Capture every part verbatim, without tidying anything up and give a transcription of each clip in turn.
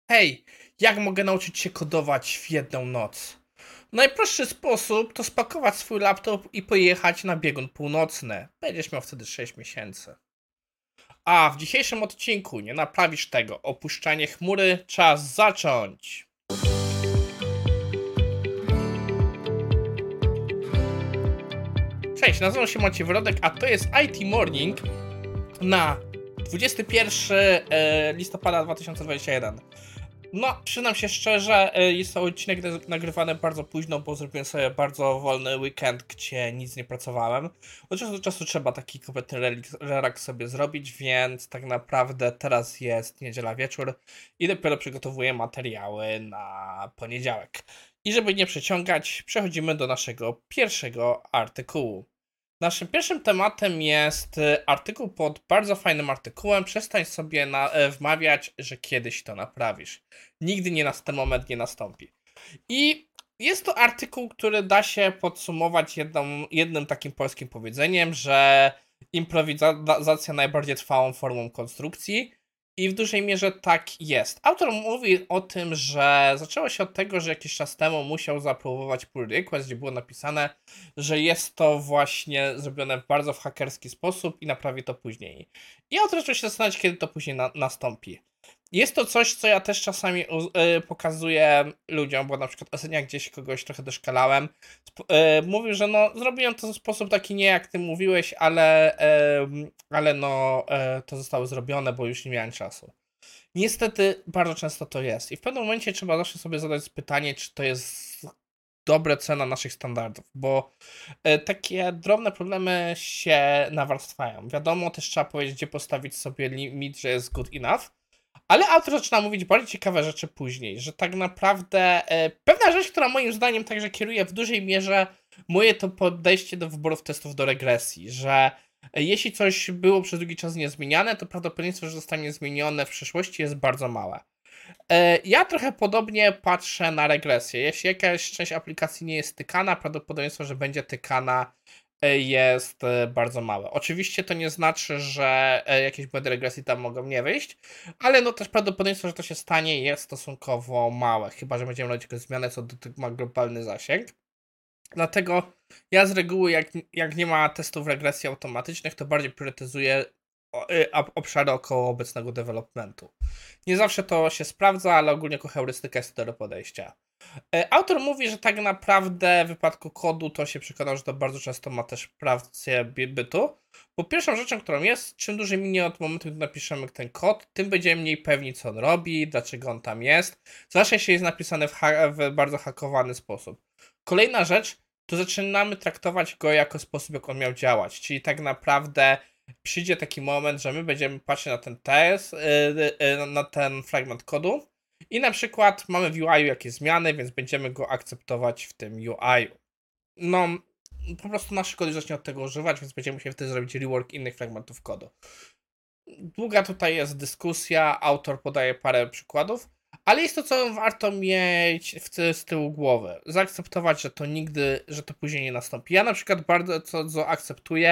Hej, jak mogę nauczyć się kodować w jedną noc? Najprostszy sposób to spakować swój laptop i pojechać na biegun północny. Będziesz miał wtedy sześć miesięcy. A w dzisiejszym odcinku nie naprawisz tego. Opuszczanie chmury, czas zacząć! Cześć, nazywam się Maciej Wrodek, a to jest I T Morning na dwudziestego pierwszego listopada dwa tysiące dwudziestego pierwszego. No, przyznam się szczerze, jest to odcinek nagrywany bardzo późno, bo zrobiłem sobie bardzo wolny weekend, gdzie nic nie pracowałem. Od czasu do czasu trzeba taki kompletny relaks sobie zrobić, więc tak naprawdę teraz jest niedziela wieczór i dopiero przygotowuję materiały na poniedziałek. I żeby nie przeciągać, przechodzimy do naszego pierwszego artykułu. Naszym pierwszym tematem jest artykuł pod bardzo fajnym artykułem. Przestań sobie na, e, wmawiać, że kiedyś to naprawisz. Nigdy nie nas, ten moment nie nastąpi. I jest to artykuł, który da się podsumować jedną, jednym takim polskim powiedzeniem, że improwizacja najbardziej trwałą formą konstrukcji. I w dużej mierze tak jest. Autor mówi o tym, że zaczęło się od tego, że jakiś czas temu musiał zaaprobować pull request, gdzie było napisane, że jest to właśnie zrobione w bardzo w hakerski sposób i naprawi to później. I autor zaczął się zastanawiać, kiedy to później na nastąpi. Jest to coś, co ja też czasami yy, pokazuję ludziom, bo na przykład ostatnio gdzieś kogoś trochę doszkalałem. Yy, mówił, że no zrobiłem to w sposób taki nie jak ty mówiłeś, ale, yy, ale no yy, to zostało zrobione, bo już nie miałem czasu. Niestety bardzo często to jest i w pewnym momencie trzeba zawsze sobie zadać pytanie, czy to jest dobre cena naszych standardów, bo yy, takie drobne problemy się nawarstwiają. Wiadomo, też trzeba powiedzieć, gdzie postawić sobie limit, że jest good enough. Ale autor zaczyna mówić bardzo ciekawe rzeczy później, że tak naprawdę e, pewna rzecz, która moim zdaniem także kieruje w dużej mierze moje to podejście do wyborów testów do regresji, że e, jeśli coś było przez długi czas niezmieniane, to prawdopodobieństwo, że zostanie zmienione w przyszłości jest bardzo małe. E, ja trochę podobnie patrzę na regresję. Jeśli jakaś część aplikacji nie jest tykana, prawdopodobieństwo, że będzie tykana jest bardzo małe. Oczywiście to nie znaczy, że jakieś błędy regresji tam mogą nie wyjść, ale no też prawdopodobieństwo, że to się stanie jest stosunkowo małe, chyba że będziemy robić jakąś zmianę, co do tego ma globalny zasięg. Dlatego ja z reguły, jak, jak nie ma testów regresji automatycznych, to bardziej priorytetyzuję obszary około obecnego developmentu. Nie zawsze to się sprawdza, ale ogólnie jako heurystyka jest to do podejścia. Autor mówi, że tak naprawdę w wypadku kodu to się przekonał, że to bardzo często ma też rację bytu. Bo pierwszą rzeczą, którą jest, czym dłużej minie od momentu, gdy napiszemy ten kod, tym będziemy mniej pewni, co on robi, dlaczego on tam jest. Zwłaszcza jeśli jest napisany w, w bardzo hakowany sposób. Kolejna rzecz, to zaczynamy traktować go jako sposób, jak on miał działać. Czyli tak naprawdę przyjdzie taki moment, że my będziemy patrzeć na ten test, na ten fragment kodu i na przykład mamy w U I jakieś zmiany, więc będziemy go akceptować w tym U I. No, po prostu nasz kod zacznie od tego używać, więc będziemy musieli wtedy zrobić rework innych fragmentów kodu. Długa tutaj jest dyskusja, autor podaje parę przykładów, ale jest to, co warto mieć w, z tyłu głowy. Zaakceptować, że to nigdy, że to później nie nastąpi. Ja na przykład bardzo co, co akceptuję,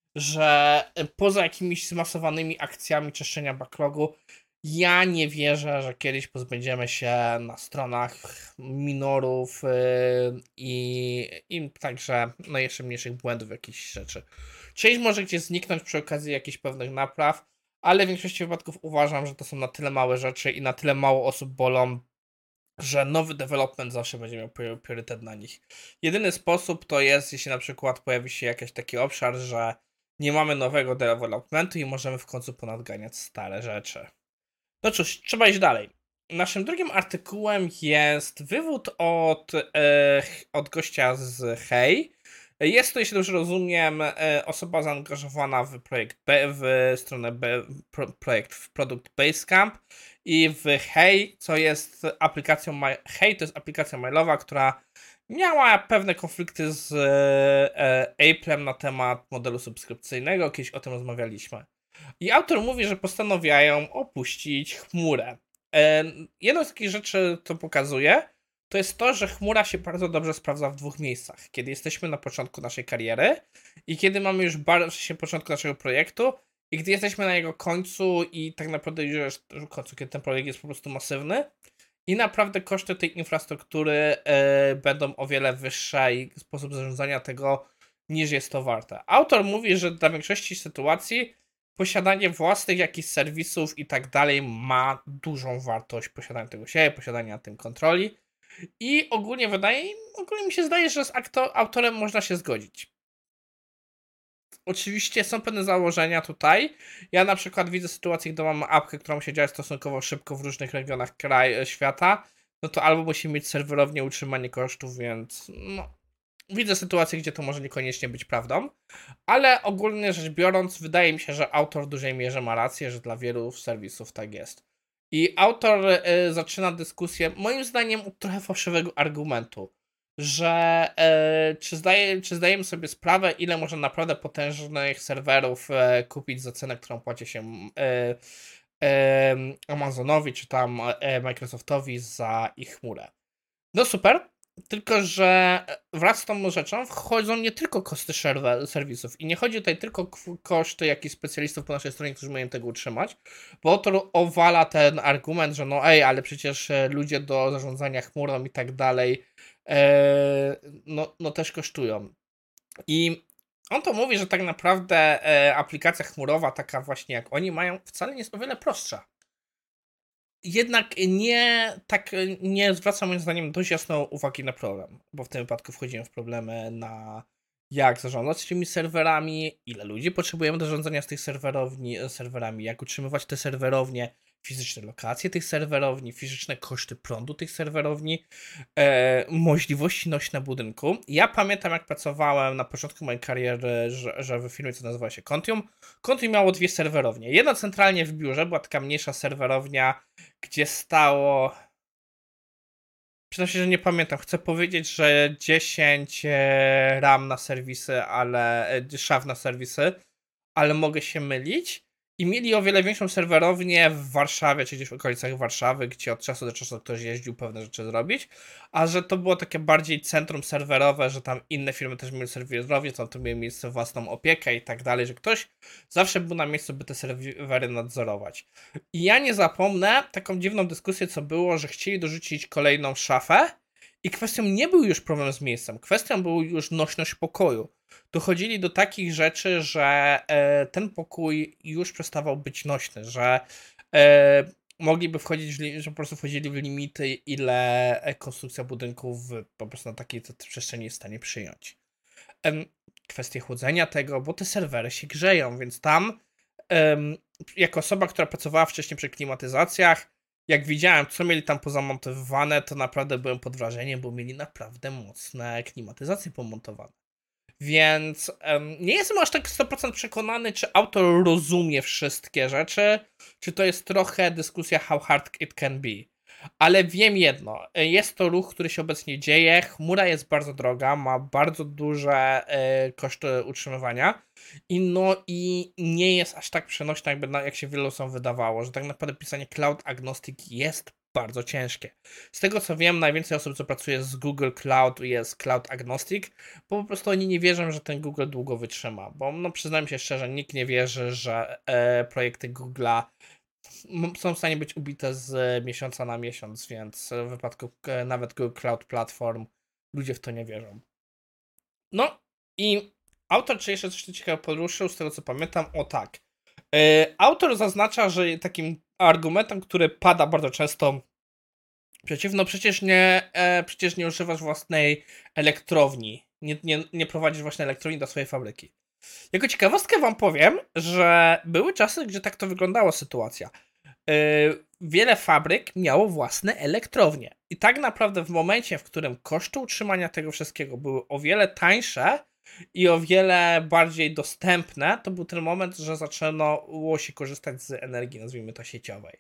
że poza jakimiś zmasowanymi akcjami czyszczenia backlogu, ja nie wierzę, że kiedyś pozbędziemy się na stronach minorów yy, i, i także no jeszcze mniejszych błędów jakichś rzeczy. Część może gdzieś zniknąć przy okazji jakichś pewnych napraw, ale w większości wypadków uważam, że to są na tyle małe rzeczy i na tyle mało osób bolą, że nowy development zawsze będzie miał priorytet na nich. Jedyny sposób to jest, jeśli na przykład pojawi się jakiś taki obszar, że nie mamy nowego developmentu i możemy w końcu ponadganiać stare rzeczy. No cóż, trzeba iść dalej. Naszym drugim artykułem jest wywód od, e, od gościa z Hej. Jest to, jeśli dobrze rozumiem, e, osoba zaangażowana w projekt B, w stronę B, pro, projekt w produkt Basecamp i w Hej, co jest aplikacją Hej, to jest aplikacja mailowa, która miała pewne konflikty z e, Apple'em na temat modelu subskrypcyjnego, kiedyś o tym rozmawialiśmy. I autor mówi, że postanawiają opuścić chmurę. E, jedną z takich rzeczy, co pokazuje, to jest to, że chmura się bardzo dobrze sprawdza w dwóch miejscach. Kiedy jesteśmy na początku naszej kariery i kiedy mamy już bardzo się początku naszego projektu i gdy jesteśmy na jego końcu i tak naprawdę już w końcu, kiedy ten projekt jest po prostu masywny i naprawdę koszty tej infrastruktury yy, będą o wiele wyższe i sposób zarządzania tego niż jest to warte. Autor mówi, że dla większości sytuacji posiadanie własnych jakichś serwisów i tak dalej ma dużą wartość, posiadanie tego siebie, posiadanie na tym kontroli i ogólnie wydaje, ogólnie mi się zdaje, że z aktor, autorem można się zgodzić. Oczywiście są pewne założenia tutaj. Ja na przykład widzę sytuację, gdy mam apkę, która musi działać stosunkowo szybko w różnych regionach kraju, świata, no to albo musimy mieć serwerownie utrzymanie kosztów, więc no, widzę sytuację, gdzie to może niekoniecznie być prawdą, ale ogólnie rzecz biorąc, wydaje mi się, że autor w dużej mierze ma rację, że dla wielu serwisów tak jest. I autor y, zaczyna dyskusję, moim zdaniem, od trochę fałszywego argumentu, że y, czy, zdaje, czy zdajemy sobie sprawę, ile można naprawdę potężnych serwerów y, kupić za cenę, którą płaci się y, y, Amazonowi, czy tam y, Microsoftowi za ich chmurę. No super, tylko że wraz z tą rzeczą wchodzą nie tylko koszty serwisów i nie chodzi tutaj tylko o koszty jakichś specjalistów po naszej stronie, którzy mają tego utrzymać, bo autor owala ten argument, że no ej, ale przecież ludzie do zarządzania chmurą i tak dalej e, no, no też kosztują. I on to mówi, że tak naprawdę e, aplikacja chmurowa, taka właśnie jak oni mają, wcale nie jest o wiele prostsza. Jednak nie tak nie zwraca moim zdaniem dość jasno uwagi na problem, bo w tym wypadku wchodzimy w problemy na jak zarządzać tymi serwerami, ile ludzi potrzebujemy do zarządzania z tych serwerowni, serwerami, jak utrzymywać te serwerownie, fizyczne lokacje tych serwerowni, fizyczne koszty prądu tych serwerowni, e, możliwości nośne budynku. Ja pamiętam, jak pracowałem na początku mojej kariery, że, że w firmie, co nazywa się Contium. Contium miało dwie serwerownie. Jedna centralnie w biurze, była taka mniejsza serwerownia, gdzie stało... Przyznam się, że nie pamiętam. Chcę powiedzieć, że dziesięć RAM na serwisy, ale... szaw na serwisy, ale mogę się mylić. I mieli o wiele większą serwerownię w Warszawie, czy gdzieś w okolicach Warszawy, gdzie od czasu do czasu ktoś jeździł pewne rzeczy zrobić, a że to było takie bardziej centrum serwerowe, że tam inne firmy też mieli serwerownię, to tam mieli miejsce własną opiekę i tak dalej, że ktoś zawsze był na miejscu, by te serwery nadzorować. I ja nie zapomnę taką dziwną dyskusję, co było, że chcieli dorzucić kolejną szafę i kwestią nie był już problem z miejscem, kwestią był już nośność pokoju. Dochodzili do takich rzeczy, że e, ten pokój już przestawał być nośny, że e, mogliby wchodzić, w li- że po prostu wchodzili w limity, ile konstrukcja budynków po prostu na takiej przestrzeni jest w stanie przyjąć. E, kwestie chłodzenia tego, bo te serwery się grzeją, więc tam e, jako osoba, która pracowała wcześniej przy klimatyzacjach, jak widziałem, co mieli tam pozamontowane, to naprawdę byłem pod wrażeniem, bo mieli naprawdę mocne klimatyzacje pomontowane. Więc um, nie jestem aż tak sto procent przekonany, czy autor rozumie wszystkie rzeczy, czy to jest trochę dyskusja how hard it can be. Ale wiem jedno, jest to ruch, który się obecnie dzieje, chmura jest bardzo droga, ma bardzo duże y, koszty utrzymywania i no i nie jest aż tak przenośna, jakby na, jak się wielu osobom wydawało, że tak naprawdę pisanie cloud agnostic jest bardzo ciężkie. Z tego co wiem, najwięcej osób, co pracuje z Google Cloud, jest cloud agnostic, bo po prostu oni nie wierzą, że ten Google długo wytrzyma, bo no przyznam się szczerze, nikt nie wierzy, że e, projekty Google'a są w stanie być ubite z miesiąca na miesiąc, więc w wypadku e, nawet Google Cloud Platform ludzie w to nie wierzą. No i autor czy jeszcze coś ciekawego poruszył, z tego co pamiętam, o tak. E, autor zaznacza, że takim argumentem, który pada bardzo często przeciwno, przecież nie, e, przecież nie używasz własnej elektrowni, nie, nie, nie prowadzisz własnej elektrowni do swojej fabryki. Jako ciekawostkę wam powiem, że były czasy, gdzie tak to wyglądała sytuacja. Yy, wiele fabryk miało własne elektrownie. I tak naprawdę w momencie, w którym koszty utrzymania tego wszystkiego były o wiele tańsze i o wiele bardziej dostępne, to był ten moment, że zaczęło się korzystać z energii, nazwijmy to sieciowej.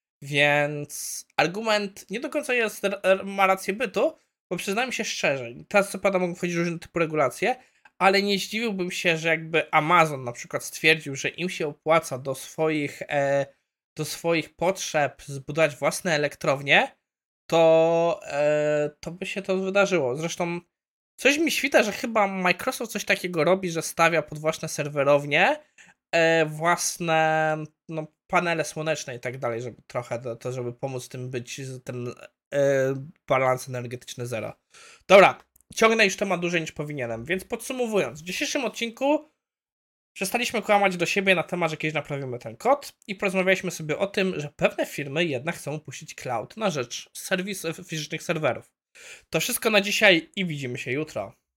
Więc argument nie do końca jest, ma rację bytu, bo przyznajmy się szczerze, teraz co pada mogą wchodzić różne typy regulacje, ale nie zdziwiłbym się, że jakby Amazon na przykład stwierdził, że im się opłaca do swoich, e, do swoich potrzeb zbudować własne elektrownie, to, e, to by się to wydarzyło. Zresztą coś mi świta, że chyba Microsoft coś takiego robi, że stawia pod własne serwerownie, e, własne no, panele słoneczne i tak dalej, żeby trochę to, to żeby pomóc tym być ten e, balans energetyczny zero. Dobra, ciągnę już temat dłużej niż powinienem, więc podsumowując, w dzisiejszym odcinku przestaliśmy kłamać do siebie na temat, że kiedyś naprawimy ten kod i porozmawialiśmy sobie o tym, że pewne firmy jednak chcą puścić cloud na rzecz serwis fizycznych serwerów. To wszystko na dzisiaj i widzimy się jutro.